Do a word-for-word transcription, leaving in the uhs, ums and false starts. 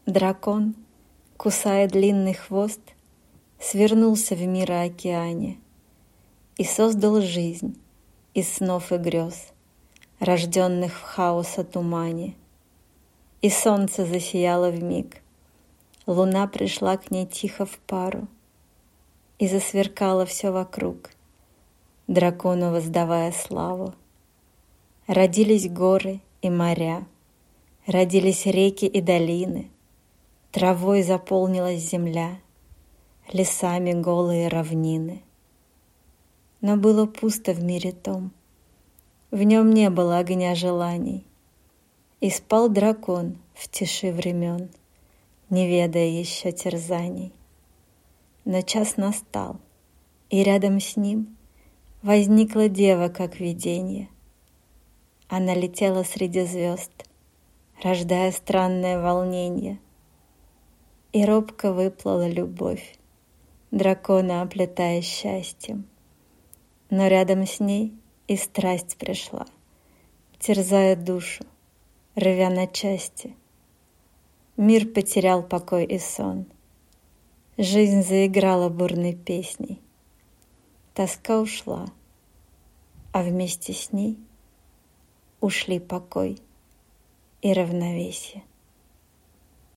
Дракон, кусая длинный хвост, свернулся в мироокеане и создал жизнь из снов и грез, рожденных в хаоса тумане. И солнце засияло вмиг, луна пришла к ней тихо в пару, и засверкало все вокруг, дракону воздавая славу. Родились горы и моря, родились реки и долины, травой заполнилась земля, лесами голые равнины. Но было пусто в мире том, в нем не было огня желаний, и спал дракон в тиши времен, не ведая еще терзаний. Но час настал, и рядом с ним возникла дева, как виденье. Она летела среди звезд, рождая странное волнение. И робко выплыла любовь, дракона оплетая счастьем. Но рядом с ней и страсть пришла, терзая душу, рвя на части. Мир потерял покой и сон. Жизнь заиграла бурной песней. Тоска ушла, а вместе с ней ушли покой и равновесие.